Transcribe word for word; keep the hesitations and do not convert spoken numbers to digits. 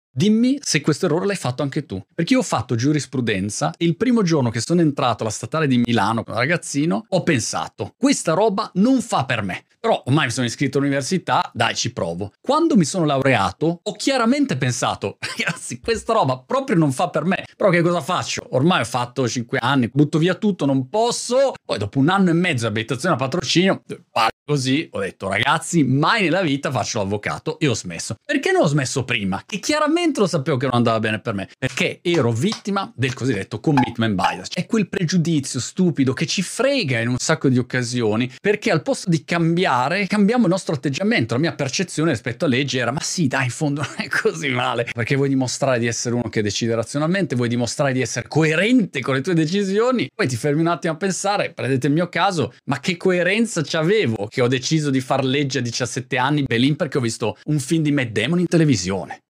Dimmi se questo errore l'hai fatto anche tu, perché io ho fatto giurisprudenza e il primo giorno che sono entrato alla statale di Milano con un ragazzino ho pensato, questa roba non fa per me, però ormai mi sono iscritto all'università, dai ci provo. Quando mi sono laureato ho chiaramente pensato, ragazzi questa roba proprio non fa per me, però che cosa faccio? Ormai ho fatto cinque anni, butto via tutto, non posso, poi dopo un anno e mezzo di abilitazione a patrocinio, così ho detto ragazzi mai nella vita faccio l'avvocato e ho smesso. Perché non ho smesso prima? Che chiaramente lo sapevo che non andava bene per me, perché ero vittima del cosiddetto commitment bias. È quel pregiudizio stupido che ci frega in un sacco di occasioni, perché al posto di cambiare cambiamo il nostro atteggiamento. La mia percezione rispetto a leggi era ma sì dai in fondo non è così male, perché vuoi dimostrare di essere uno che decide razionalmente, vuoi dimostrare di essere coerente con le tue decisioni, poi ti fermi un attimo a pensare, prendete il mio caso, ma che coerenza c'avevo che ho deciso di far legge a diciassette anni Belin perché ho visto un film di Matt Damon in televisione.